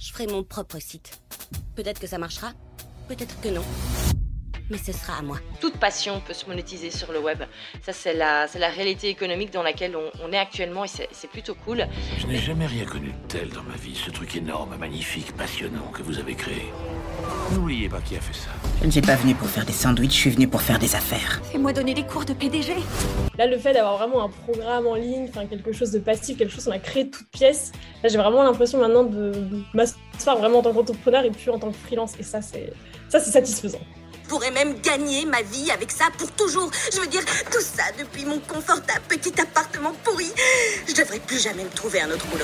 je ferai mon propre site. Peut-être que ça marchera, peut-être que non. Mais ce sera à moi. Toute passion peut se monétiser sur le web. Ça, c'est la réalité économique dans laquelle on est actuellement et c'est plutôt cool. Je n'ai jamais rien connu de tel dans ma vie. Ce truc énorme, magnifique, passionnant que vous avez créé. N'oubliez pas qui a fait ça. Je ne suis pas venu pour faire des sandwichs, je suis venu pour faire des affaires. Fais-moi donner des cours de PDG. Là, le fait d'avoir vraiment un programme en ligne, quelque chose de passif, quelque chose qu'on a créé de toutes pièces, là, j'ai vraiment l'impression maintenant de m'asseoir vraiment en tant qu'entrepreneur et plus en tant que freelance. Et ça, c'est satisfaisant. Je pourrais même gagner ma vie avec ça pour toujours. Je veux dire, tout ça depuis mon confortable petit appartement pourri. Je devrais plus jamais me trouver un autre boulot.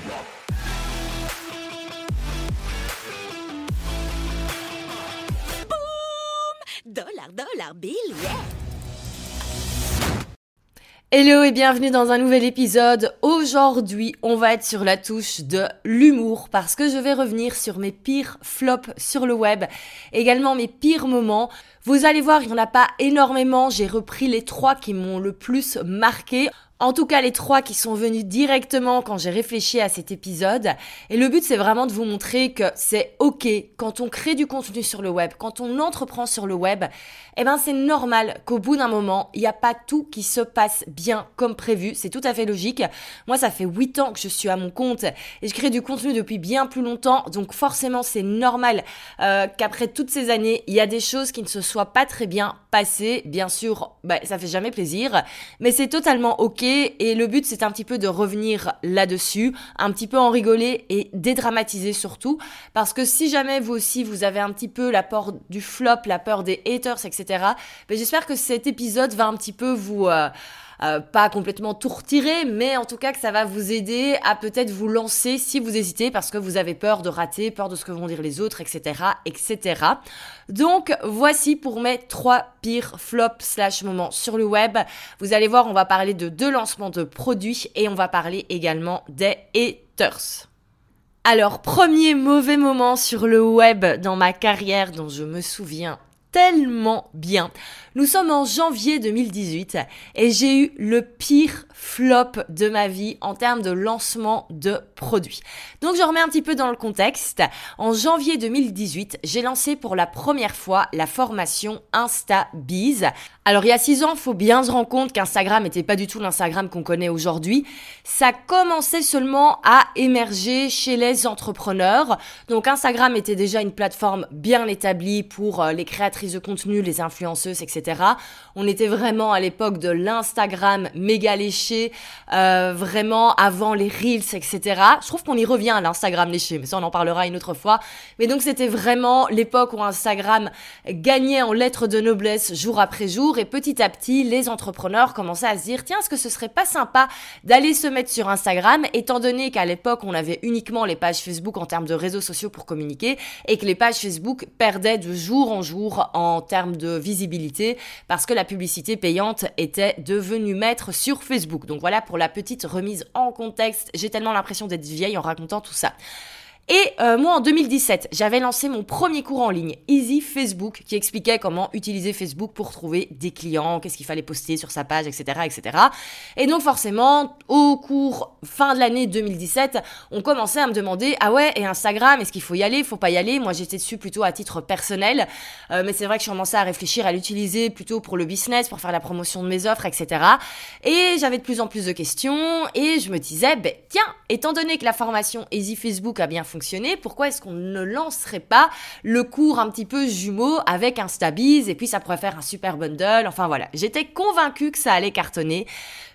Dollar, bill, yeah! Hello et bienvenue dans un nouvel épisode. Aujourd'hui, on va être sur la touche de l'humour parce que je vais revenir sur mes pires flops sur le web, également mes pires moments. Vous allez voir, il n'y en a pas énormément, j'ai repris les 3 qui m'ont le plus marqué. En tout cas, les 3 qui sont venus directement quand j'ai réfléchi à cet épisode. Et le but, c'est vraiment de vous montrer que c'est ok quand on crée du contenu sur le web, quand on entreprend sur le web, c'est normal qu'au bout d'un moment, il n'y a pas tout qui se passe bien comme prévu. C'est tout à fait logique. Moi, ça fait 8 ans que je suis à mon compte et je crée du contenu depuis bien plus longtemps. Donc forcément, c'est normal qu'après toutes ces années, il y a des choses qui ne se soient pas très bien passées. Bien sûr, ça fait jamais plaisir, mais c'est totalement ok. Et le but, c'est un petit peu de revenir là-dessus, un petit peu en rigoler et dédramatiser surtout. Parce que si jamais vous aussi, vous avez un petit peu la peur du flop, la peur des haters, etc., j'espère que cet épisode va un petit peu vous... pas complètement tout retirer, mais en tout cas que ça va vous aider à peut-être vous lancer si vous hésitez parce que vous avez peur de rater, peur de ce que vont dire les autres, etc., etc. Donc, voici pour mes 3 pires flops / moments sur le web. Vous allez voir, on va parler de 2 lancements de produits et on va parler également des haters. Alors, premier mauvais moment sur le web dans ma carrière dont je me souviens tellement bien. Nous sommes en janvier 2018 et j'ai eu le pire flop de ma vie en termes de lancement de produits. Donc je remets un petit peu dans le contexte. En janvier 2018, j'ai lancé pour la première fois la formation InstaBiz. Alors il y a 6 ans, il faut bien se rendre compte qu'Instagram n'était pas du tout l'Instagram qu'on connaît aujourd'hui. Ça commençait seulement à émerger chez les entrepreneurs. Donc Instagram était déjà une plateforme bien établie pour les créatrices de contenu, les influenceuses, etc. On était vraiment à l'époque de l'Instagram méga léché, vraiment avant les Reels, etc. Je trouve qu'on y revient à l'Instagram léché, mais ça on en parlera une autre fois. Mais donc c'était vraiment l'époque où Instagram gagnait en lettres de noblesse jour après jour et petit à petit les entrepreneurs commençaient à se dire tiens, est-ce que ce serait pas sympa d'aller se mettre sur Instagram étant donné qu'à l'époque on avait uniquement les pages Facebook en termes de réseaux sociaux pour communiquer et que les pages Facebook perdaient de jour en jour en termes de visibilité parce que la publicité payante était devenue maître sur Facebook. Donc voilà pour la petite remise en contexte. J'ai tellement l'impression d'être vieille en racontant tout ça. Et moi, en 2017, j'avais lancé mon premier cours en ligne, Easy Facebook, qui expliquait comment utiliser Facebook pour trouver des clients, qu'est-ce qu'il fallait poster sur sa page, etc., etc. Et donc forcément, au cours fin de l'année 2017, on commençait à me demander « Ah ouais, et Instagram, est-ce qu'il faut y aller, faut pas y aller ?» Moi, j'étais dessus plutôt à titre personnel, mais c'est vrai que je commençais à réfléchir à l'utiliser plutôt pour le business, pour faire la promotion de mes offres, etc. Et j'avais de plus en plus de questions, et je me disais « Tiens, étant donné que la formation Easy Facebook a bien fonctionné, pourquoi est-ce qu'on ne lancerait pas le cours un petit peu jumeau avec InstaBiz et puis ça pourrait faire un super bundle. Enfin voilà, j'étais convaincue que ça allait cartonner. Pourquoi ?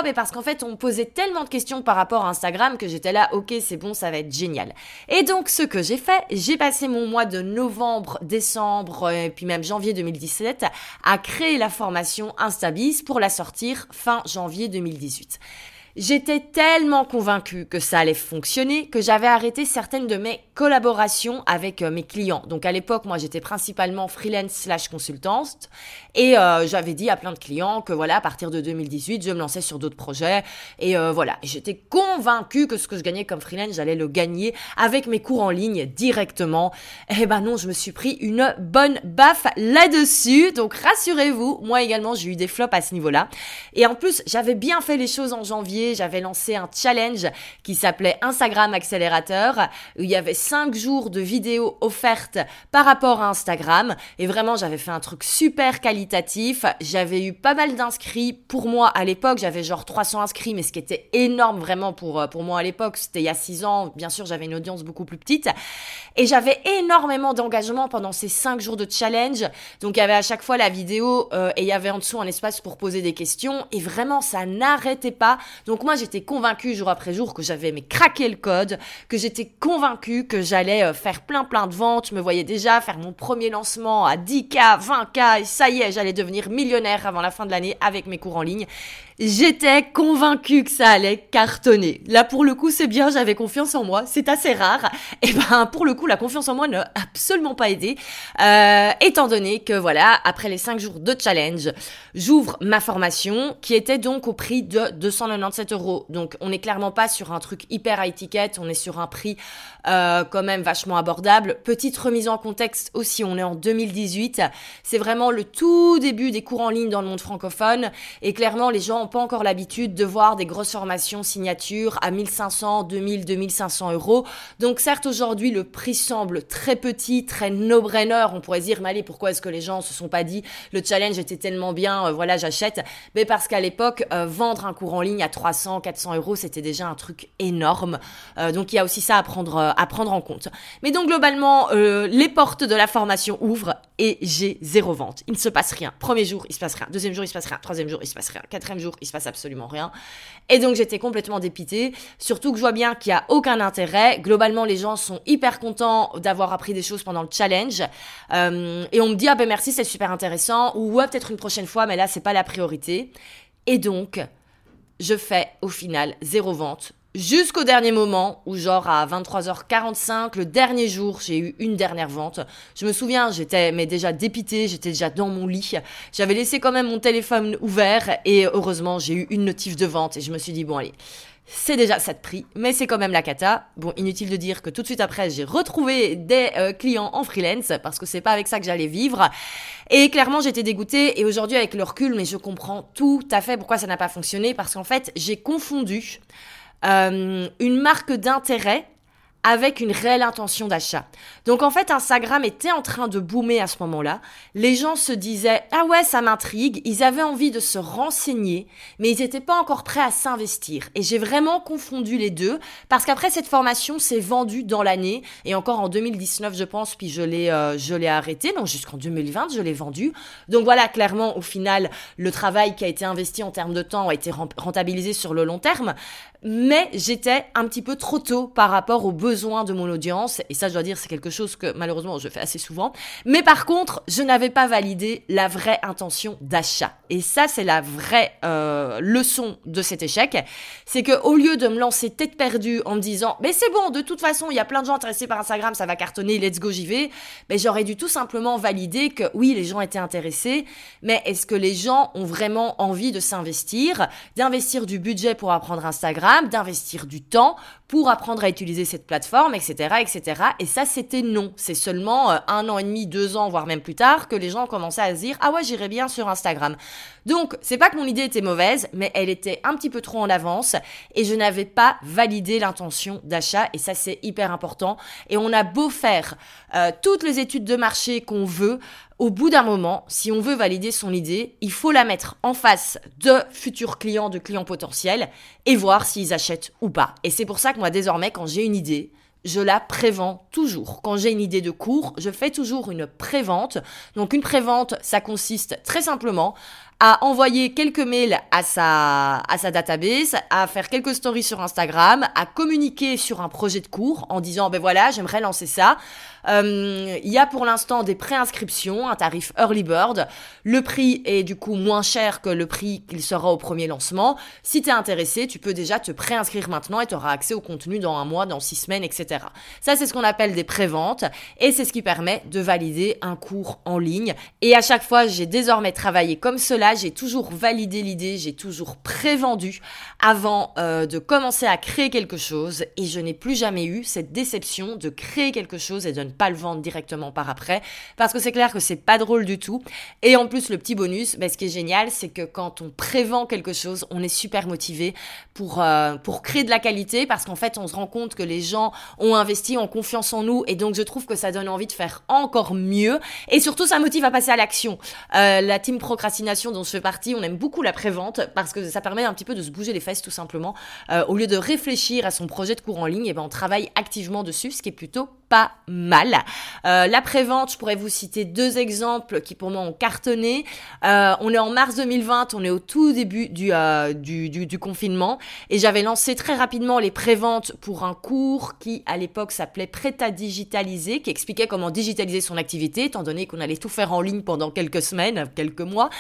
Parce qu'en fait, on me posait tellement de questions par rapport à Instagram que j'étais là, ok, c'est bon, ça va être génial. Et donc, ce que j'ai fait, j'ai passé mon mois de novembre, décembre, et puis même janvier 2017 à créer la formation InstaBiz pour la sortir fin janvier 2018. J'étais tellement convaincue que ça allait fonctionner que j'avais arrêté certaines de mes collaborations avec mes clients. Donc à l'époque, moi j'étais principalement freelance / consultante et j'avais dit à plein de clients que voilà, à partir de 2018, je me lançais sur d'autres projets et voilà. J'étais convaincue que ce que je gagnais comme freelance, j'allais le gagner avec mes cours en ligne directement. Eh ben non, je me suis pris une bonne baffe là-dessus. Donc rassurez-vous, moi également j'ai eu des flops à ce niveau-là. Et en plus, j'avais bien fait les choses en janvier. janvier, j'avais lancé un challenge qui s'appelait Instagram Accélérateur, où il y avait 5 jours de vidéos offertes par rapport à Instagram. Et vraiment, j'avais fait un truc super qualitatif. J'avais eu pas mal d'inscrits. Pour moi, à l'époque, j'avais genre 300 inscrits, mais ce qui était énorme vraiment pour moi à l'époque. C'était il y a 6 ans. Bien sûr, j'avais une audience beaucoup plus petite. Et j'avais énormément d'engagement pendant ces 5 jours de challenge. Donc, il y avait à chaque fois la vidéo et il y avait en dessous un espace pour poser des questions. Et vraiment, ça n'arrêtait pas. Donc, moi, j'étais convaincue jour après jour que j'avais craqué le code, que j'étais convaincue que j'allais faire plein de ventes. Je me voyais déjà faire mon premier lancement à 10K, 20K. Et ça y est, j'allais devenir millionnaire avant la fin de l'année avec mes cours en ligne. J'étais convaincue que ça allait cartonner. Là, pour le coup, c'est bien, j'avais confiance en moi. C'est assez rare. Et ben, pour le coup, la confiance en moi n'a absolument pas aidé. Étant donné que, voilà, après les 5 jours de challenge, j'ouvre ma formation qui était donc au prix de 297 €. Donc, on n'est clairement pas sur un truc hyper high ticket. On est sur un prix quand même vachement abordable. Petite remise en contexte aussi, on est en 2018. C'est vraiment le tout début des cours en ligne dans le monde francophone. Et clairement, les gens n'ont pas encore l'habitude de voir des grosses formations signatures à 1500, 2000, 2500 €. Donc certes, aujourd'hui, le prix semble très petit, très no-brainer. On pourrait se dire, mais allez, pourquoi est-ce que les gens se sont pas dit, le challenge était tellement bien, voilà, j'achète. Mais parce qu'à l'époque, vendre un cours en ligne à 300, 400 €, c'était déjà un truc énorme. Donc il y a aussi ça à prendre en compte. Mais donc globalement, les portes de la formation ouvrent et j'ai 0 vente. Il ne se passe rien. Premier jour, il se passe rien. Deuxième jour, il se passe rien. Troisième jour, il se passe rien. Quatrième jour, il se passe absolument rien. Et donc, j'étais complètement dépitée. Surtout que je vois bien qu'il n'y a aucun intérêt. Globalement, les gens sont hyper contents d'avoir appris des choses pendant le challenge. Et on me dit, ah ben merci, c'est super intéressant. Ou ouais, peut-être une prochaine fois, mais là, c'est pas la priorité. Et donc, je fais au final 0 vente. Jusqu'au dernier moment, où genre à 23h45, le dernier jour, j'ai eu une dernière vente. Je me souviens, j'étais déjà dépitée, j'étais déjà dans mon lit. J'avais laissé quand même mon téléphone ouvert et heureusement, j'ai eu une notif de vente et je me suis dit, bon allez, c'est déjà ça de prix, mais c'est quand même la cata. Bon, inutile de dire que tout de suite après, j'ai retrouvé des clients en freelance parce que c'est pas avec ça que j'allais vivre. Et clairement, j'étais dégoûtée et aujourd'hui, avec le recul, mais je comprends tout à fait pourquoi ça n'a pas fonctionné parce qu'en fait, j'ai confondu une marque d'intérêt avec une réelle intention d'achat. Donc en fait, Instagram était en train de boomer à ce moment-là. Les gens se disaient « Ah ouais, ça m'intrigue ». Ils avaient envie de se renseigner, mais ils n'étaient pas encore prêts à s'investir. Et j'ai vraiment confondu les deux, parce qu'après, cette formation s'est vendue dans l'année, et encore en 2019, je pense, puis je l'ai arrêtée. Donc jusqu'en 2020, je l'ai vendue. Donc voilà, clairement, au final, le travail qui a été investi en termes de temps a été rentabilisé sur le long terme. Mais j'étais un petit peu trop tôt par rapport aux besoins de mon audience. Et ça, je dois dire, c'est quelque chose que malheureusement, je fais assez souvent. Mais par contre, je n'avais pas validé la vraie intention d'achat. Et ça, c'est la vraie leçon de cet échec. C'est qu'au lieu de me lancer tête perdue en me disant « Mais c'est bon, de toute façon, il y a plein de gens intéressés par Instagram, ça va cartonner, let's go, j'y vais », j'aurais dû tout simplement valider que oui, les gens étaient intéressés, mais est-ce que les gens ont vraiment envie de s'investir, d'investir du budget pour apprendre Instagram, d'investir du temps pour apprendre à utiliser cette plateforme, etc., etc. Et ça, c'était non. C'est seulement 1 an et demi, 2 ans, voire même plus tard, que les gens ont commencé à se dire « Ah ouais, j'irai bien sur Instagram ». Donc, c'est pas que mon idée était mauvaise, mais elle était un petit peu trop en avance et je n'avais pas validé l'intention d'achat. Et ça, c'est hyper important. Et on a beau faire toutes les études de marché qu'on veut, au bout d'un moment, si on veut valider son idée, il faut la mettre en face de futurs clients, de clients potentiels et voir s'ils achètent ou pas. Et c'est pour ça que moi, désormais, quand j'ai une idée, je la prévends toujours. Quand j'ai une idée de cours, je fais toujours une prévente. Donc une prévente, ça consiste très simplement à envoyer quelques mails à sa database, à faire quelques stories sur Instagram, à communiquer sur un projet de cours en disant ben voilà, j'aimerais lancer ça. Il y a pour l'instant des préinscriptions, un tarif early bird. Le prix est du coup moins cher que le prix qu'il sera au premier lancement. Si tu es intéressé, tu peux déjà te préinscrire maintenant et tu auras accès au contenu dans 1 mois, dans 6 semaines, etc. Ça, c'est ce qu'on appelle des préventes et c'est ce qui permet de valider un cours en ligne. Et à chaque fois, j'ai désormais travaillé comme cela là, j'ai toujours validé l'idée, j'ai toujours prévendu avant de commencer à créer quelque chose et je n'ai plus jamais eu cette déception de créer quelque chose et de ne pas le vendre directement par après parce que c'est clair que c'est pas drôle du tout. Et en plus, le petit bonus, ce qui est génial, c'est que quand on prévend quelque chose, on est super motivé pour créer de la qualité parce qu'en fait, on se rend compte que les gens ont investi en confiance en nous et donc je trouve que ça donne envie de faire encore mieux et surtout ça motive à passer à l'action. La team procrastination dont je fais partie, on aime beaucoup la prévente parce que ça permet un petit peu de se bouger les fesses tout simplement. Au lieu de réfléchir à son projet de cours en ligne, on travaille activement dessus, ce qui est plutôt pas mal. La prévente, je pourrais vous citer 2 exemples qui pour moi ont cartonné. On est en mars 2020, on est au tout début du confinement et j'avais lancé très rapidement les préventes pour un cours qui à l'époque s'appelait Prêt à digitaliser, qui expliquait comment digitaliser son activité étant donné qu'on allait tout faire en ligne pendant quelques semaines, quelques mois.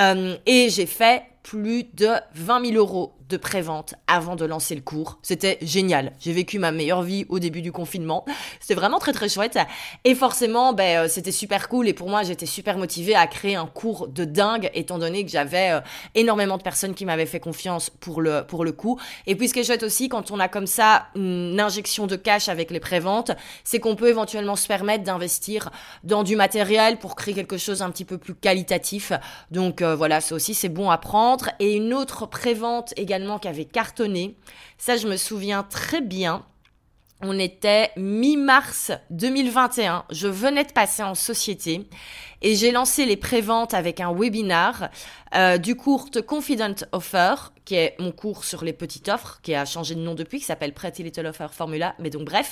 Et j'ai fait plus de 20 000 euros de prévente avant de lancer le cours. C'était génial. J'ai vécu ma meilleure vie au début du confinement. C'était vraiment très très chouette. Et forcément, c'était super cool. Et pour moi, j'étais super motivée à créer un cours de dingue, étant donné que j'avais énormément de personnes qui m'avaient fait confiance pour le coup. Et puis ce qui est chouette aussi, quand on a comme ça une injection de cash avec les préventes, c'est qu'on peut éventuellement se permettre d'investir dans du matériel pour créer quelque chose un petit peu plus qualitatif. Donc voilà, ça aussi c'est bon à prendre. Et une autre prévente également qui avait cartonné, ça je me souviens très bien. On était mi-mars 2021, je venais de passer en société et j'ai lancé les préventes avec un webinar du cours The Confident Offer, qui est mon cours sur les petites offres, qui a changé de nom depuis, qui s'appelle Pretty Little Offer Formula, mais donc bref.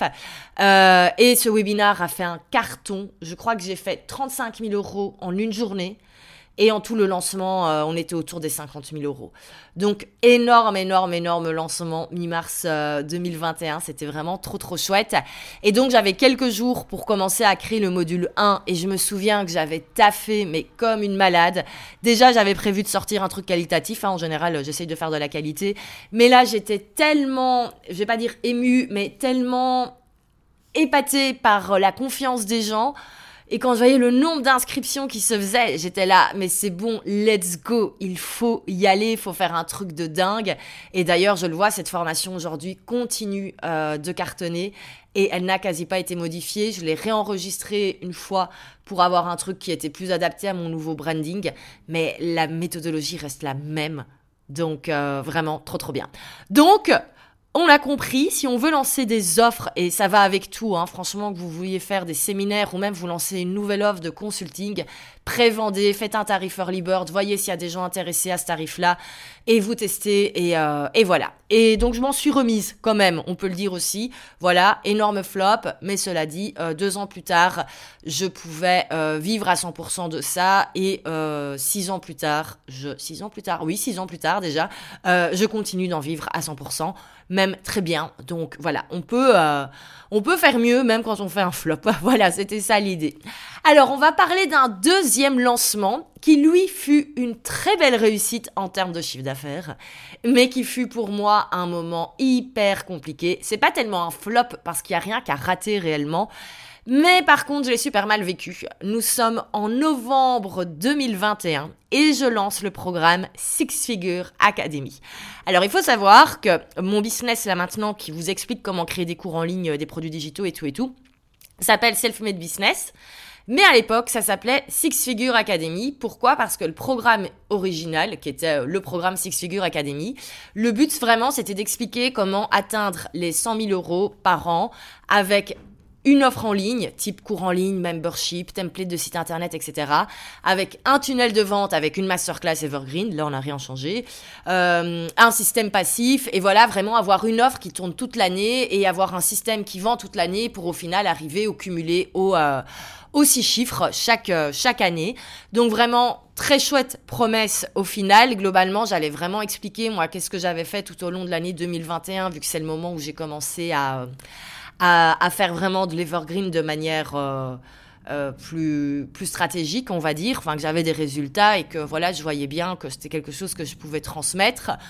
Et ce webinar a fait un carton, je crois que j'ai fait 35 000 euros en une journée. Et en tout le lancement, on était autour des 50 000 euros. Donc, énorme lancement, mi-mars 2021. C'était vraiment trop chouette. Et donc, j'avais quelques jours pour commencer à créer le module 1. Et je me souviens que j'avais taffé, mais comme une malade. Déjà, j'avais prévu de sortir un truc qualitatif. En général, j'essaye de faire de la qualité. Mais là, j'étais tellement, je vais pas dire émue, mais tellement épatée par la confiance des gens. Et quand je voyais le nombre d'inscriptions qui se faisaient, j'étais là, mais c'est bon, let's go, il faut y aller, il faut faire un truc de dingue. Et d'ailleurs, je le vois, cette formation aujourd'hui continue de cartonner et elle n'a quasi pas été modifiée. Je l'ai réenregistrée une fois pour avoir un truc qui était plus adapté à mon nouveau branding, mais la méthodologie reste la même. Donc vraiment, trop bien. Donc, on a compris, si on veut lancer des offres, et ça va avec tout, franchement, que vous vouliez faire des séminaires ou même vous lancer une nouvelle offre de consulting, prévendez, faites un tarif early bird, voyez s'il y a des gens intéressés à ce tarif-là, et vous testez, et voilà. Et donc, je m'en suis remise quand même, on peut le dire aussi. Voilà, énorme flop, mais cela dit, 2 ans plus tard, je pouvais vivre à 100% de ça, et 6 ans plus tard déjà, je continue d'en vivre à 100%, même très bien. Donc voilà, on peut faire mieux même quand on fait un flop. Voilà, c'était ça l'idée. Alors, on va parler d'un deuxième lancement qui, lui, fut une très belle réussite en termes de chiffre d'affaires, mais qui fut pour moi un moment hyper compliqué. C'est pas tellement un flop parce qu'il n'y a rien qu'à rater réellement, mais par contre, je l'ai super mal vécu. Nous sommes en novembre 2021 et je lance le programme Six Figure Academy. Alors, il faut savoir que mon business là maintenant, qui vous explique comment créer des cours en ligne, des produits digitaux et tout, s'appelle Self-Made Business. Mais à l'époque, ça s'appelait Six Figure Academy. Pourquoi ? Parce que le programme original, qui était le programme Six Figure Academy, le but vraiment, c'était d'expliquer comment atteindre les 100 000 euros par an avec une offre en ligne, type cours en ligne, membership, template de site internet, etc. Avec un tunnel de vente, avec une masterclass evergreen, là on n'a rien changé, un système passif, et voilà, vraiment avoir une offre qui tourne toute l'année et avoir un système qui vend toute l'année pour au final arriver au cumulé aux 6 chiffres chaque année. Donc vraiment, très chouette promesse au final. Globalement, j'allais vraiment expliquer, moi, qu'est-ce que j'avais fait tout au long de l'année 2021, vu que c'est le moment où j'ai commencé à faire vraiment de l'evergreen de manière plus stratégique, on va dire, enfin que j'avais des résultats et que voilà, je voyais bien que c'était quelque chose que je pouvais transmettre.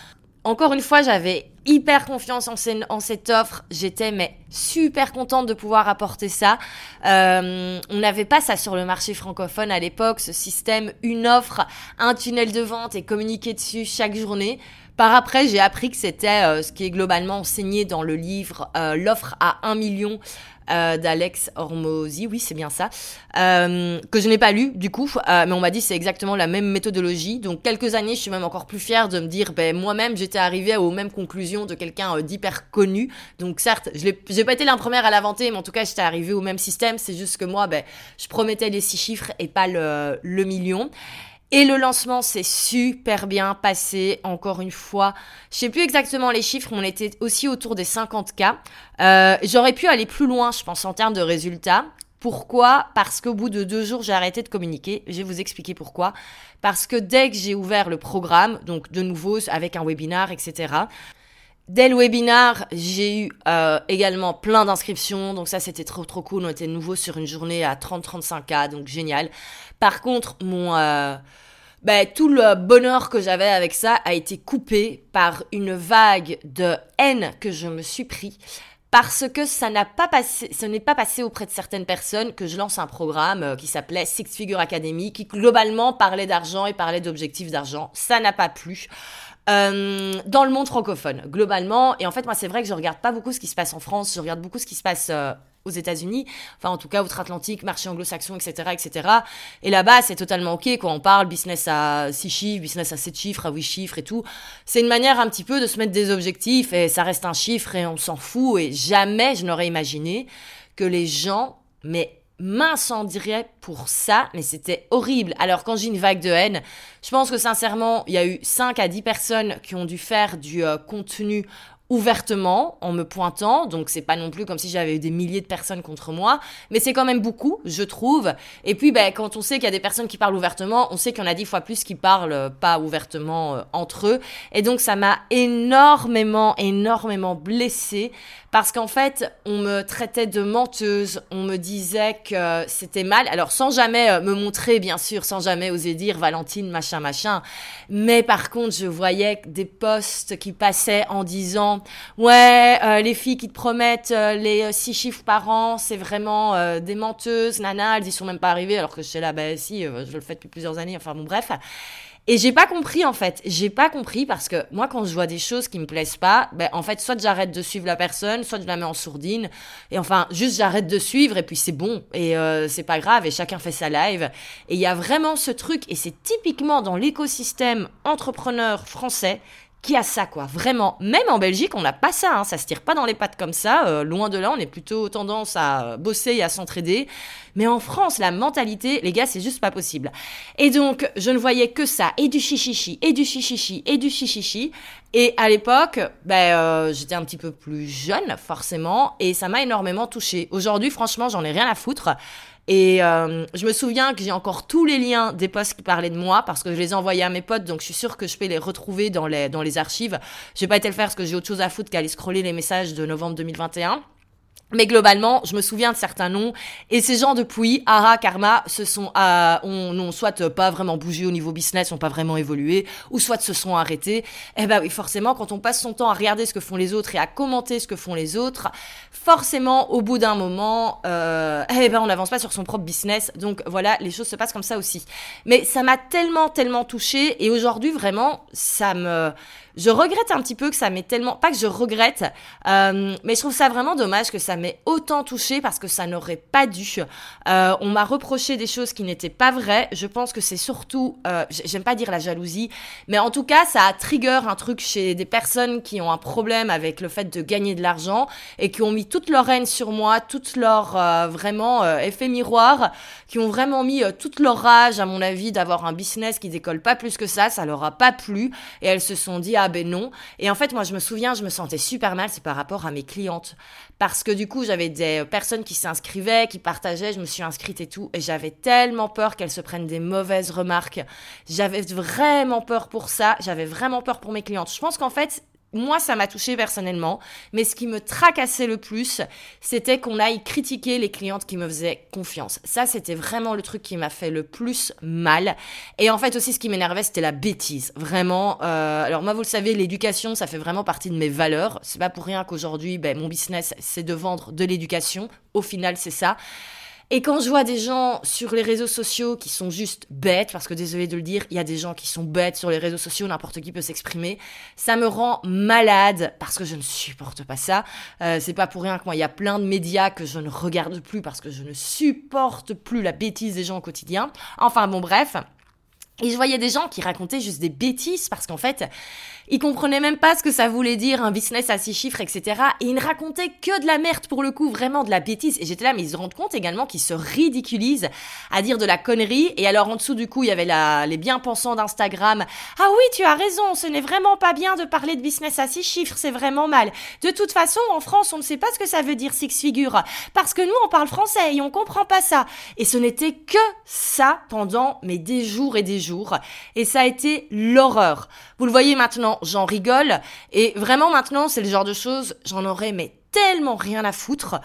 encore une fois, j'avais hyper confiance en cette offre. J'étais super contente de pouvoir apporter ça. On n'avait pas ça sur le marché francophone à l'époque, ce système, une offre, un tunnel de vente et communiquer dessus chaque journée. Par après, j'ai appris que c'était ce qui est globalement enseigné dans le livre L'offre à 1 million d'Alex Hormozy, oui c'est bien ça, que je n'ai pas lu du coup, mais on m'a dit que c'est exactement la même méthodologie. Donc quelques années, je suis même encore plus fière de me dire moi-même j'étais arrivée aux mêmes conclusions de quelqu'un d'hyper connu. Donc certes, j'ai pas été la première à l'inventer, mais en tout cas j'étais arrivée au même système. C'est juste que moi je promettais les 6 chiffres et pas le million. Et le lancement s'est super bien passé, encore une fois. Je sais plus exactement les chiffres, mais on était aussi autour des 50K. J'aurais pu aller plus loin, je pense, en termes de résultats. Pourquoi ? Parce qu'au bout de 2 jours, j'ai arrêté de communiquer. Je vais vous expliquer pourquoi. Parce que dès que j'ai ouvert le programme, donc de nouveau avec un webinar, etc., dès le webinar, j'ai eu également plein d'inscriptions. Donc ça, c'était trop cool. On était de nouveau sur une journée à 30-35K, donc génial. Par contre, tout le bonheur que j'avais avec ça a été coupé par une vague de haine que je me suis pris. Parce que ce n'est pas passé auprès de certaines personnes que je lance un programme qui s'appelait Six Figure Academy, qui globalement parlait d'argent et parlait d'objectifs d'argent. Ça n'a pas plu. Dans le monde francophone, globalement. Et en fait, moi, c'est vrai que je regarde pas beaucoup ce qui se passe en France. Je regarde beaucoup ce qui se passe aux États-Unis, enfin en tout cas outre-Atlantique, marché anglo-saxon, etc., etc. Et là-bas, c'est totalement ok quand on parle business à 6 chiffres, business à 7 chiffres, à 8 chiffres et tout. C'est une manière un petit peu de se mettre des objectifs et ça reste un chiffre et on s'en fout. Et jamais je n'aurais imaginé que les gens, m'incendieraient pour ça, mais c'était horrible. Alors quand j'ai une vague de haine, je pense que sincèrement, il y a eu 5 à 10 personnes qui ont dû faire du contenu ouvertement, en me pointant, donc c'est pas non plus comme si j'avais eu des milliers de personnes contre moi, mais c'est quand même beaucoup, je trouve. Et puis, quand on sait qu'il y a des personnes qui parlent ouvertement, on sait qu'il y en a 10 fois plus qui parlent pas ouvertement entre eux, et donc ça m'a énormément blessée, parce qu'en fait, on me traitait de menteuse, on me disait que c'était mal, alors sans jamais me montrer, bien sûr, sans jamais oser dire Valentine, machin, mais par contre, je voyais des posts qui passaient en disant les filles qui te promettent les 6 chiffres par an, c'est vraiment des menteuses, nana, elles y sont même pas arrivées, alors que je suis là, si, je le fais depuis plusieurs années, enfin bon, bref. Et j'ai pas compris, en fait. J'ai pas compris parce que moi, quand je vois des choses qui me plaisent pas, en fait, soit j'arrête de suivre la personne, soit je la mets en sourdine. Et enfin, juste j'arrête de suivre et puis c'est bon. Et c'est pas grave et chacun fait sa live. Et il y a vraiment ce truc, et c'est typiquement dans l'écosystème entrepreneur français qui a ça, quoi. Vraiment. Même en Belgique, on n'a pas ça, hein. Ça se tire pas dans les pattes comme ça. Loin de là, on est plutôt tendance à bosser et à s'entraider. Mais en France, la mentalité, les gars, c'est juste pas possible. Et donc, je ne voyais que ça. Et du chichichi, et du chichichi, et du chichichi. Et à l'époque, j'étais un petit peu plus jeune, forcément. Et ça m'a énormément touchée. Aujourd'hui, franchement, j'en ai rien à foutre. Et je me souviens que j'ai encore tous les liens des posts qui parlaient de moi parce que je les ai envoyés à mes potes, donc je suis sûre que je peux les retrouver dans les archives. Je vais pas été le faire parce que j'ai autre chose à foutre qu'aller scroller les messages de novembre 2021. Mais globalement, je me souviens de certains noms, et ces gens depuis Ara, Karma, n'ont soit pas vraiment bougé au niveau business, n'ont pas vraiment évolué, ou soit se sont arrêtés. Oui, forcément, quand on passe son temps à regarder ce que font les autres et à commenter ce que font les autres, forcément, au bout d'un moment, on n'avance pas sur son propre business. Donc voilà, les choses se passent comme ça aussi. Mais ça m'a tellement touchée, et aujourd'hui, vraiment, je regrette un petit peu que ça m'ait tellement... Pas que je regrette, mais je trouve ça vraiment dommage que ça m'ait autant touchée parce que ça n'aurait pas dû. On m'a reproché des choses qui n'étaient pas vraies. Je pense que c'est surtout... j'aime pas dire la jalousie, mais en tout cas, ça a trigger un truc chez des personnes qui ont un problème avec le fait de gagner de l'argent et qui ont mis toute leur haine sur moi, toute leur effet miroir, qui ont vraiment mis toute leur rage, à mon avis, d'avoir un business qui décolle pas plus que ça leur a pas plu et elles se sont dit non. Et en fait, moi, je me souviens, je me sentais super mal, c'est par rapport à mes clientes. Parce que du coup, j'avais des personnes qui s'inscrivaient, qui partageaient, je me suis inscrite et tout, et j'avais tellement peur qu'elles se prennent des mauvaises remarques. J'avais vraiment peur pour ça, j'avais vraiment peur pour mes clientes. Je pense qu'en fait, moi, ça m'a touchée personnellement, mais ce qui me tracassait le plus, c'était qu'on aille critiquer les clientes qui me faisaient confiance. Ça, c'était vraiment le truc qui m'a fait le plus mal. Et en fait, aussi, ce qui m'énervait, c'était la bêtise. Vraiment. Alors moi, vous le savez, l'éducation, ça fait vraiment partie de mes valeurs. C'est pas pour rien qu'aujourd'hui, mon business, c'est de vendre de l'éducation. Au final, c'est ça. Et quand je vois des gens sur les réseaux sociaux qui sont juste bêtes, parce que désolé de le dire, il y a des gens qui sont bêtes sur les réseaux sociaux, n'importe qui peut s'exprimer, ça me rend malade parce que je ne supporte pas ça. C'est pas pour rien que moi, il y a plein de médias que je ne regarde plus parce que je ne supporte plus la bêtise des gens au quotidien. Enfin bon, bref. Et je voyais des gens qui racontaient juste des bêtises parce qu'en fait, ils comprenaient même pas ce que ça voulait dire, un business à 6 chiffres, etc. Et ils ne racontaient que de la merde pour le coup, vraiment de la bêtise. Et j'étais là, mais ils se rendent compte également qu'ils se ridiculisent à dire de la connerie. Et alors en dessous du coup, il y avait les bien-pensants d'Instagram. Ah oui, tu as raison, ce n'est vraiment pas bien de parler de business à 6 chiffres, c'est vraiment mal. De toute façon, en France, on ne sait pas ce que ça veut dire six figures. Parce que nous, on parle français et on comprend pas ça. Et ce n'était que ça pendant des jours et des jours. Et ça a été l'horreur. Vous le voyez maintenant, j'en rigole. Et vraiment maintenant, c'est le genre de choses, j'en aurais tellement rien à foutre.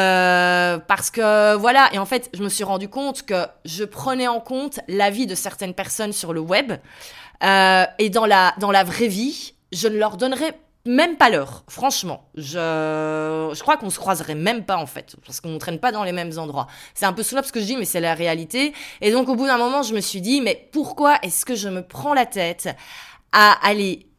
Parce que voilà, et en fait, je me suis rendu compte que je prenais en compte l'avis de certaines personnes sur le web. Et dans la vraie vie, je ne leur donnerais même pas l'heure, franchement. Je crois qu'on se croiserait même pas en fait, parce qu'on ne traîne pas dans les mêmes endroits. C'est un peu snob ce que je dis, mais c'est la réalité. Et donc au bout d'un moment, je me suis dit, mais pourquoi est-ce que je me prends la tête à aller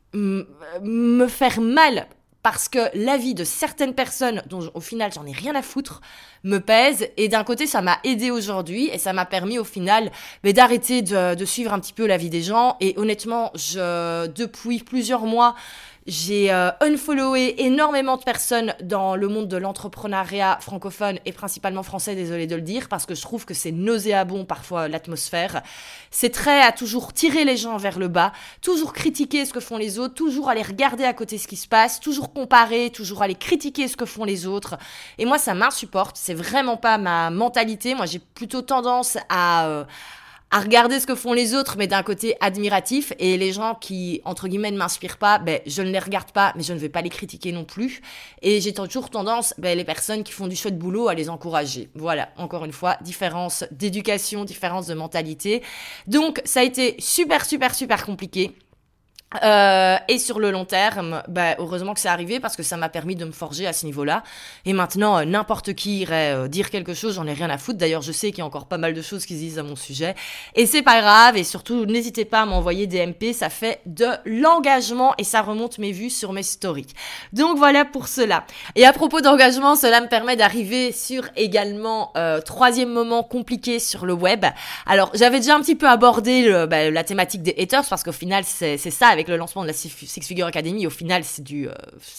me faire mal parce que l'avis de certaines personnes, dont au final j'en ai rien à foutre, me pèse. Et d'un côté, ça m'a aidé aujourd'hui et ça m'a permis au final d'arrêter de suivre un petit peu l'avis des gens. Et honnêtement, depuis plusieurs mois, j'ai unfollowé énormément de personnes dans le monde de l'entrepreneuriat francophone et principalement français, désolé de le dire, parce que je trouve que c'est nauséabond parfois l'atmosphère. C'est très à toujours tirer les gens vers le bas, toujours critiquer ce que font les autres, toujours aller regarder à côté ce qui se passe, toujours comparer, toujours aller critiquer ce que font les autres. Et moi, ça m'insupporte, c'est vraiment pas ma mentalité. Moi, j'ai plutôt tendance à regarder ce que font les autres, mais d'un côté admiratif, et les gens qui, entre guillemets, ne m'inspirent pas, je ne les regarde pas, mais je ne vais pas les critiquer non plus, et j'ai toujours tendance, les personnes qui font du chouette boulot, à les encourager. Voilà, encore une fois, différence d'éducation, différence de mentalité. Donc, ça a été super, super, super compliqué. Et sur le long terme, heureusement que c'est arrivé parce que ça m'a permis de me forger à ce niveau-là. Et maintenant, n'importe qui irait dire quelque chose, j'en ai rien à foutre. D'ailleurs, je sais qu'il y a encore pas mal de choses qui se disent à mon sujet. Et c'est pas grave. Et surtout, n'hésitez pas à m'envoyer des MP. Ça fait de l'engagement et ça remonte mes vues sur mes stories. Donc voilà pour cela. Et à propos d'engagement, cela me permet d'arriver sur également troisième moment compliqué sur le web. Alors, j'avais déjà un petit peu abordé la thématique des haters parce qu'au final, c'est ça. Avec le lancement de la Six Figure Academy, au final, c'est des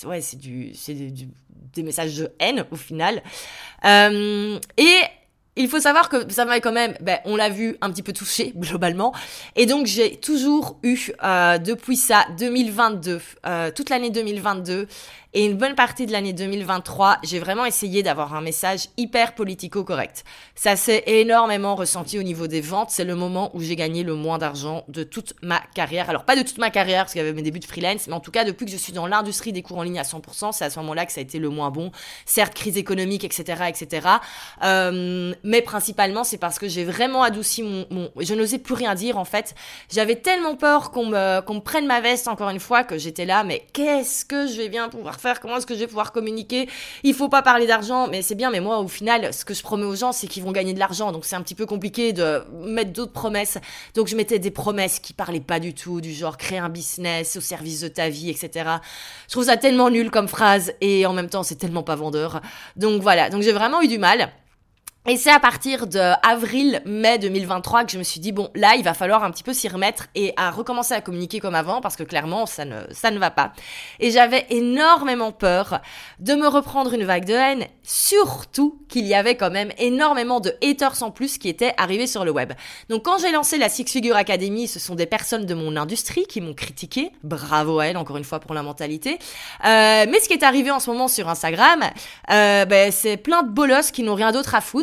messages de haine, au final. Et il faut savoir que ça m'a quand même, on l'a vu, un petit peu touché globalement. Et donc, j'ai toujours eu, depuis ça, 2022, toute l'année 2022, et une bonne partie de l'année 2023, j'ai vraiment essayé d'avoir un message hyper politico-correct. Ça s'est énormément ressenti au niveau des ventes. C'est le moment où j'ai gagné le moins d'argent de toute ma carrière. Alors, pas de toute ma carrière, parce qu'il y avait mes débuts de freelance, mais en tout cas, depuis que je suis dans l'industrie des cours en ligne à 100%, c'est à ce moment-là que ça a été le moins bon. Certes, crise économique, etc., etc. Mais principalement, c'est parce que j'ai vraiment adouci je n'osais plus rien dire, en fait. J'avais tellement peur qu'on me prenne ma veste, encore une fois, que j'étais là, mais qu'est-ce que je vais bien pouvoir faire, comment est-ce que je vais pouvoir communiquer, il faut pas parler d'argent, mais c'est bien, mais moi au final ce que je promets aux gens c'est qu'ils vont gagner de l'argent, donc c'est un petit peu compliqué de mettre d'autres promesses, donc je mettais des promesses qui parlaient pas du tout, du genre créer un business au service de ta vie, etc. Je trouve ça tellement nul comme phrase et en même temps c'est tellement pas vendeur, donc voilà, donc j'ai vraiment eu du mal. Et c'est à partir de avril-mai 2023 que je me suis dit, bon, là, il va falloir un petit peu s'y remettre et à recommencer à communiquer comme avant parce que clairement, ça ne va pas. Et j'avais énormément peur de me reprendre une vague de haine, surtout qu'il y avait quand même énormément de haters en plus qui étaient arrivés sur le web. Donc, quand j'ai lancé la Six Figure Academy, ce sont des personnes de mon industrie qui m'ont critiqué. Bravo à elles, encore une fois, pour la mentalité. Mais ce qui est arrivé en ce moment sur Instagram, c'est plein de bolosses qui n'ont rien d'autre à foutre.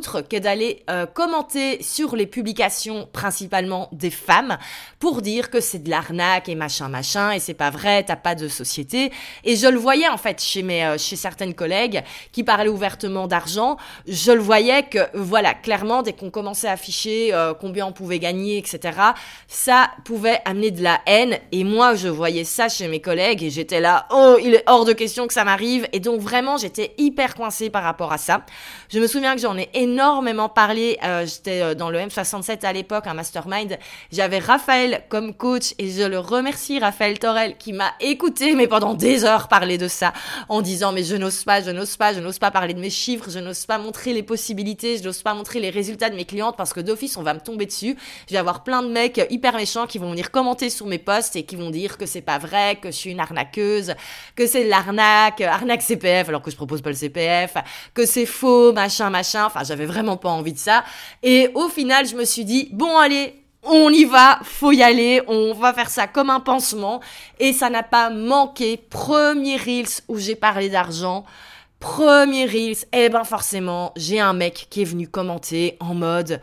autre que d'aller commenter sur les publications principalement des femmes pour dire que c'est de l'arnaque et machin, et c'est pas vrai, t'as pas de société. Et je le voyais en fait chez certaines collègues qui parlaient ouvertement d'argent, je le voyais que voilà, clairement dès qu'on commençait à afficher combien on pouvait gagner, etc., ça pouvait amener de la haine. Et moi je voyais ça chez mes collègues et j'étais là, oh, il est hors de question que ça m'arrive. Et donc vraiment j'étais hyper coincée par rapport à ça. Je me souviens que j'en ai énormément parlé, j'étais dans le M67 à l'époque, un mastermind, j'avais Raphaël comme coach et je le remercie, Raphaël Torel, qui m'a écouté mais pendant des heures parler de ça en disant mais je n'ose pas parler de mes chiffres, je n'ose pas montrer les possibilités, je n'ose pas montrer les résultats de mes clientes parce que d'office on va me tomber dessus, je vais avoir plein de mecs hyper méchants qui vont venir commenter sur mes posts et qui vont dire que c'est pas vrai, que je suis une arnaqueuse, que c'est de l'arnaque, arnaque CPF alors que je propose pas le CPF, que c'est faux, machin, enfin j'avais vraiment pas envie de ça. Et au final je me suis dit bon allez, on y va, faut y aller, on va faire ça comme un pansement. Et ça n'a pas manqué. Premier Reels où j'ai parlé d'argent, premier Reels, eh ben forcément, j'ai un mec qui est venu commenter en mode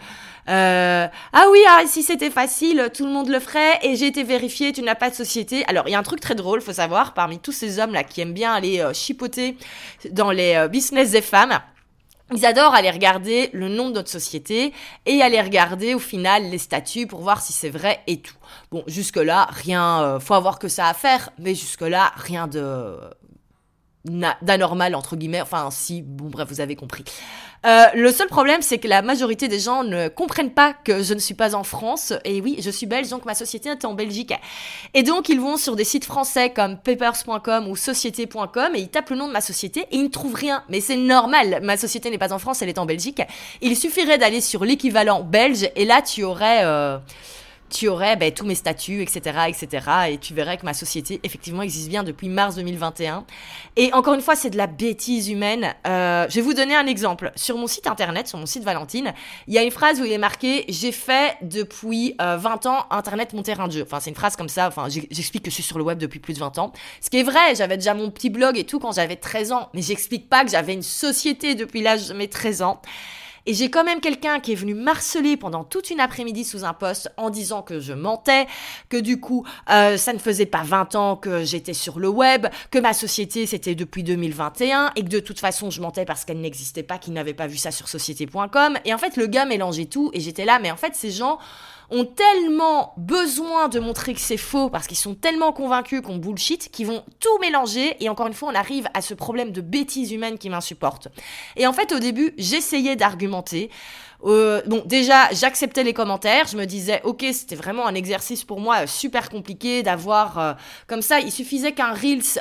ah oui, si c'était facile, tout le monde le ferait et j'ai été vérifié, tu n'as pas de société. Alors, il y a un truc très drôle, faut savoir, parmi tous ces hommes-là qui aiment bien aller chipoter dans les business des femmes, ils adorent aller regarder le nom de notre société et aller regarder au final les statuts pour voir si c'est vrai et tout. Bon, jusque-là, rien, faut avoir que ça à faire, mais jusque-là, rien d'anormal entre guillemets, enfin si, bon bref, vous avez compris. Le seul problème, c'est que la majorité des gens ne comprennent pas que je ne suis pas en France. Et oui, je suis belge, donc ma société est en Belgique. Et donc, ils vont sur des sites français comme papers.com ou société.com et ils tapent le nom de ma société et ils ne trouvent rien. Mais c'est normal, ma société n'est pas en France, elle est en Belgique. Il suffirait d'aller sur l'équivalent belge et là, tu aurais tous mes statuts, etc., et tu verrais que ma société, effectivement, existe bien depuis mars 2021. Et encore une fois, c'est de la bêtise humaine. Je vais vous donner un exemple. Sur mon site internet, sur mon site Valentine, il y a une phrase où il est marqué « J'ai fait depuis 20 ans Internet mon terrain de jeu ». Enfin, c'est une phrase comme ça. Enfin, j'explique que je suis sur le web depuis plus de 20 ans. Ce qui est vrai, j'avais déjà mon petit blog et tout quand j'avais 13 ans. Mais j'explique pas que j'avais une société depuis l'âge de mes 13 ans. Et j'ai quand même quelqu'un qui est venu m'harceler pendant toute une après-midi sous un post en disant que je mentais, que du coup, ça ne faisait pas 20 ans que j'étais sur le web, que ma société, c'était depuis 2021 et que de toute façon, je mentais parce qu'elle n'existait pas, qu'il n'avait pas vu ça sur société.com. Et en fait, le gars mélangeait tout et j'étais là, mais en fait, ces gens ont tellement besoin de montrer que c'est faux parce qu'ils sont tellement convaincus qu'on bullshit qu'ils vont tout mélanger et encore une fois on arrive à ce problème de bêtise humaine qui m'insupporte. Et en fait au début j'essayais d'argumenter. Bon, déjà, j'acceptais les commentaires. Je me disais, ok, c'était vraiment un exercice pour moi super compliqué d'avoir comme ça. Il suffisait qu'un Reels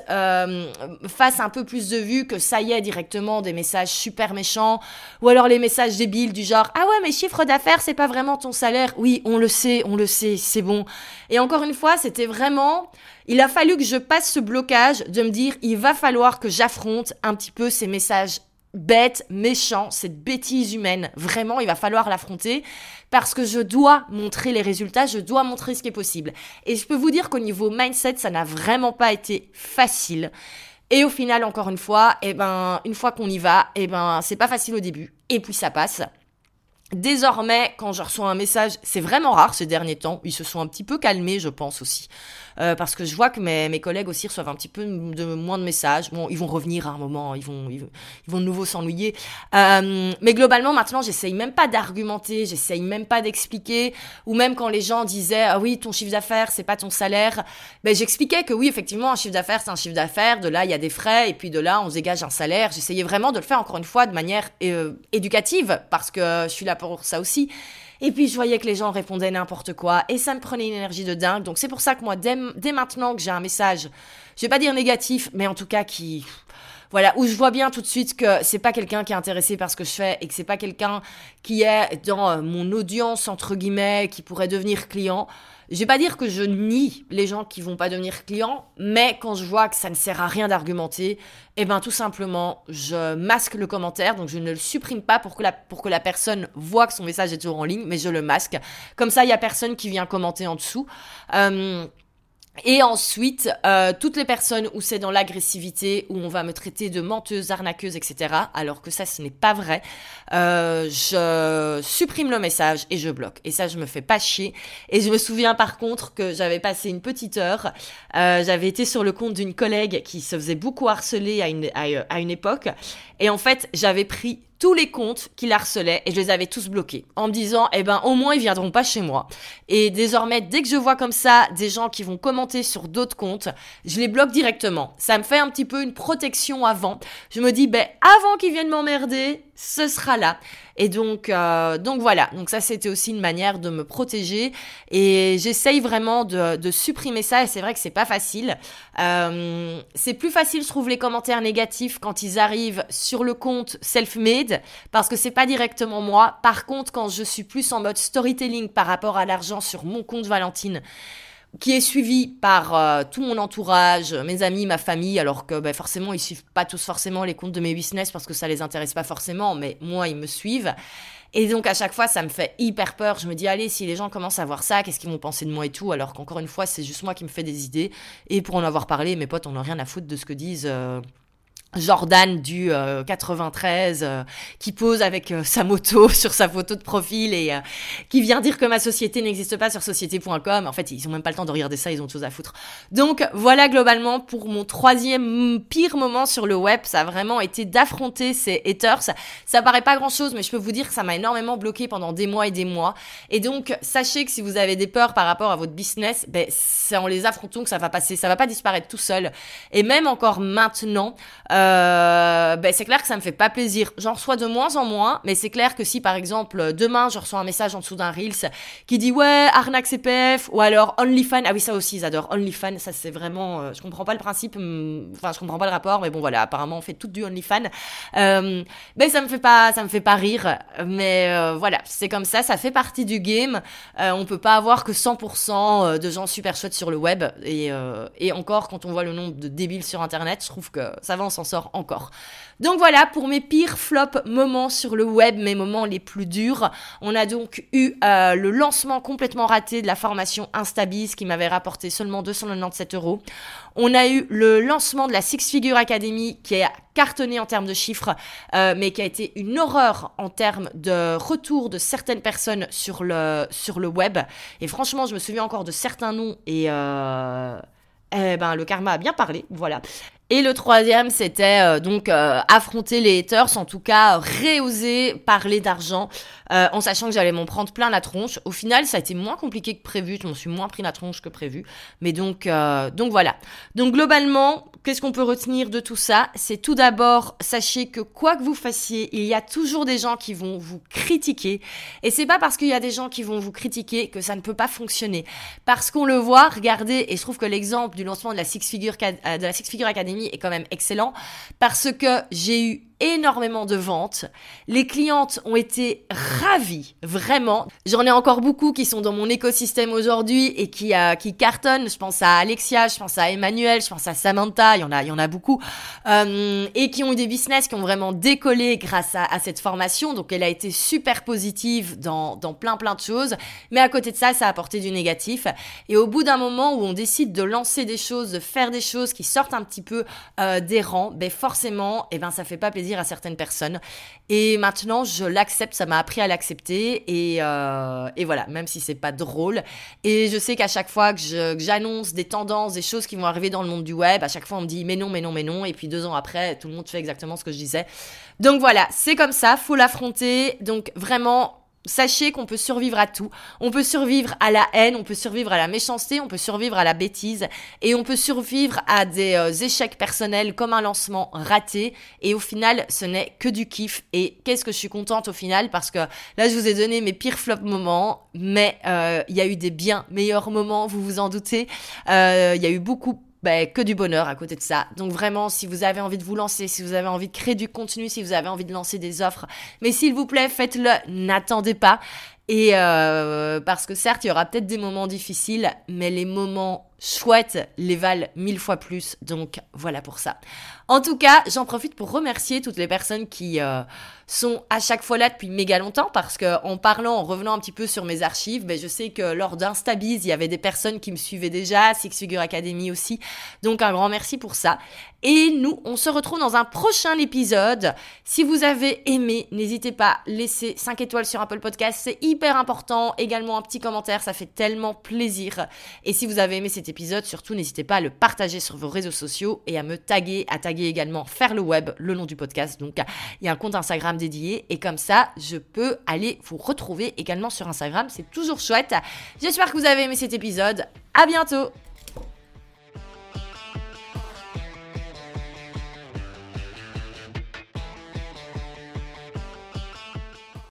fasse un peu plus de vues, que ça y est directement des messages super méchants, ou alors les messages débiles du genre, ah ouais, mais chiffre d'affaires, c'est pas vraiment ton salaire. Oui, on le sait, c'est bon. Et encore une fois, c'était vraiment, il a fallu que je passe ce blocage de me dire, il va falloir que j'affronte un petit peu ces messages bête, méchant, cette bêtise humaine. Vraiment, il va falloir l'affronter parce que je dois montrer les résultats, je dois montrer ce qui est possible. Et je peux vous dire qu'au niveau mindset, ça n'a vraiment pas été facile. Et au final, encore une fois, une fois qu'on y va, c'est pas facile au début. Et puis ça passe. Désormais, quand je reçois un message, c'est vraiment rare ces derniers temps. Ils se sont un petit peu calmés, je pense aussi. Parce que je vois que mes collègues aussi reçoivent un petit peu moins de messages. Bon, ils vont revenir à un moment, ils vont de nouveau s'ennuyer. Mais globalement, maintenant, j'essaye même pas d'argumenter, j'essaye même pas d'expliquer. Ou même quand les gens disaient, ah oui, ton chiffre d'affaires, c'est pas ton salaire. Ben, j'expliquais que oui, effectivement, un chiffre d'affaires, c'est un chiffre d'affaires. De là, il y a des frais. Et puis de là, on se dégage un salaire. J'essayais vraiment de le faire, encore une fois, de manière éducative. Parce que je suis là pour ça aussi. Et puis, je voyais que les gens répondaient n'importe quoi. Et ça me prenait une énergie de dingue. Donc, c'est pour ça que moi, dès maintenant que j'ai un message, je vais pas dire négatif, mais en tout cas où je vois bien tout de suite que c'est pas quelqu'un qui est intéressé par ce que je fais et que c'est pas quelqu'un qui est dans mon audience, entre guillemets, qui pourrait devenir client. Je vais pas dire que je nie les gens qui vont pas devenir clients, mais quand je vois que ça ne sert à rien d'argumenter, tout simplement, je masque le commentaire, donc je ne le supprime pas pour que la personne voit que son message est toujours en ligne, mais je le masque. Comme ça, il y a personne qui vient commenter en dessous. Et ensuite, toutes les personnes où c'est dans l'agressivité, où on va me traiter de menteuse, arnaqueuse, etc., alors que ça, ce n'est pas vrai, je supprime le message et je bloque. Et ça, je me fais pas chier. Et je me souviens par contre que j'avais passé une petite heure, j'avais été sur le compte d'une collègue qui se faisait beaucoup harceler à une époque. Et en fait, j'avais pris tous les comptes qui la harcelaient et je les avais tous bloqués en me disant au moins ils viendront pas chez moi. Et désormais, dès que je vois comme ça des gens qui vont commenter sur d'autres comptes, je les bloque directement. Ça me fait un petit peu une protection avant. Je me dis avant qu'ils viennent m'emmerder, ce sera là. Et donc voilà. Donc ça, c'était aussi une manière de me protéger et j'essaye vraiment de supprimer ça et c'est vrai que c'est pas facile. C'est plus facile, je trouve, les commentaires négatifs quand ils arrivent sur le compte self-made parce que c'est pas directement moi. Par contre, quand je suis plus en mode storytelling par rapport à l'argent sur mon compte Valentine, qui est suivi par tout mon entourage, mes amis, ma famille, alors que forcément, ils suivent pas tous forcément les comptes de mes business parce que ça les intéresse pas forcément, mais moi, ils me suivent. Et donc, à chaque fois, ça me fait hyper peur. Je me dis, allez, si les gens commencent à voir ça, qu'est-ce qu'ils vont penser de moi et tout, alors qu'encore une fois, c'est juste moi qui me fais des idées. Et pour en avoir parlé, mes potes, on n'a rien à foutre de ce que disent Jordan du 93 qui pose avec sa moto sur sa photo de profil et qui vient dire que ma société n'existe pas sur société.com. En fait, ils ont même pas le temps de regarder ça, ils ont autre chose à foutre. Donc voilà, globalement, pour mon troisième pire moment sur le web, ça a vraiment été d'affronter ces haters. Ça paraît pas grand chose, mais je peux vous dire que ça m'a énormément bloqué pendant des mois et des mois. Et donc, sachez que si vous avez des peurs par rapport à votre business, c'est en les affrontant que ça va passer, ça va pas disparaître tout seul. Et même encore maintenant, c'est clair que ça me fait pas plaisir. J'en reçois de moins en moins, mais c'est clair que si par exemple demain je reçois un message en dessous d'un Reels qui dit ouais arnaque CPF ou alors OnlyFans, ah oui ça aussi ils adorent OnlyFans, ça c'est vraiment, je comprends pas le principe, enfin je comprends pas le rapport, mais bon voilà apparemment on fait toutes du OnlyFans, ça me fait pas rire, mais voilà c'est comme ça fait partie du game. On peut pas avoir que 100% de gens super chouettes sur le web et encore quand on voit le nombre de débiles sur internet, je trouve que ça va, on s'en sort encore. Donc voilà pour mes pires flops moments sur le web, mes moments les plus durs. On a donc eu le lancement complètement raté de la formation Instabiz qui m'avait rapporté seulement 297 €. On a eu le lancement de la Six Figure Academy qui a cartonné en termes de chiffres, mais qui a été une horreur en termes de retour de certaines personnes sur le web. Et franchement, je me souviens encore de certains noms et le karma a bien parlé, voilà. Et le troisième, c'était affronter les haters, en tout cas réoser parler d'argent, en sachant que j'allais m'en prendre plein la tronche. Au final, ça a été moins compliqué que prévu, je m'en suis moins pris la tronche que prévu. Mais donc voilà. Donc globalement, qu'est-ce qu'on peut retenir de tout ça ? C'est tout d'abord, sachez que quoi que vous fassiez, il y a toujours des gens qui vont vous critiquer. Et c'est pas parce qu'il y a des gens qui vont vous critiquer que ça ne peut pas fonctionner. Parce qu'on le voit, regardez, et je trouve que l'exemple du lancement de la Six Figure Academy est quand même excellent parce que j'ai eu énormément de ventes. Les clientes ont été ravies, vraiment. J'en ai encore beaucoup qui sont dans mon écosystème aujourd'hui et qui cartonnent. Je pense à Alexia, je pense à Emmanuel, je pense à Samantha, il y en a beaucoup. Et qui ont eu des business qui ont vraiment décollé grâce à cette formation. Donc elle a été super positive dans plein de choses. Mais à côté de ça, ça a apporté du négatif. Et au bout d'un moment où on décide de lancer des choses, de faire des choses qui sortent un petit peu des rangs, forcément, ça fait pas plaisir à certaines personnes. Et maintenant, je l'accepte, ça m'a appris à l'accepter et voilà, même si c'est pas drôle. Et je sais qu'à chaque fois que j'annonce des tendances, des choses qui vont arriver dans le monde du web, à chaque fois on me dit mais non, et puis 2 ans après, tout le monde fait exactement ce que je disais. Donc voilà, c'est comme ça, faut l'affronter. Donc vraiment, sachez qu'on peut survivre à tout. On peut survivre à la haine, on peut survivre à la méchanceté, on peut survivre à la bêtise et on peut survivre à des échecs personnels comme un lancement raté. Et au final, ce n'est que du kiff. Et qu'est-ce que je suis contente au final parce que là, je vous ai donné mes pires flop moments, mais il y a eu des bien meilleurs moments, vous vous en doutez. Il y a eu beaucoup que du bonheur à côté de ça. Donc vraiment, si vous avez envie de vous lancer, si vous avez envie de créer du contenu, si vous avez envie de lancer des offres, mais s'il vous plaît, faites-le, n'attendez pas. Et parce que certes, il y aura peut-être des moments difficiles, mais les moments chouettes les valent 1000 fois plus. Donc voilà pour ça. En tout cas, j'en profite pour remercier toutes les personnes qui sont à chaque fois là depuis méga longtemps, parce qu'en parlant, en revenant un petit peu sur mes archives, je sais que lors d'Instabiz, il y avait des personnes qui me suivaient déjà, Six Figure Academy aussi. Donc un grand merci pour ça. Et nous, on se retrouve dans un prochain épisode. Si vous avez aimé, n'hésitez pas, laissez 5 étoiles sur Apple Podcast, c'est hyper important. Également un petit commentaire, ça fait tellement plaisir. Et si vous avez aimé cet épisode, surtout n'hésitez pas à le partager sur vos réseaux sociaux et à me taguer, également Faire le Web, le nom du podcast. Donc il y a un compte Instagram dédié et comme ça, je peux aller vous retrouver également sur Instagram. C'est toujours chouette. J'espère que vous avez aimé cet épisode. À bientôt.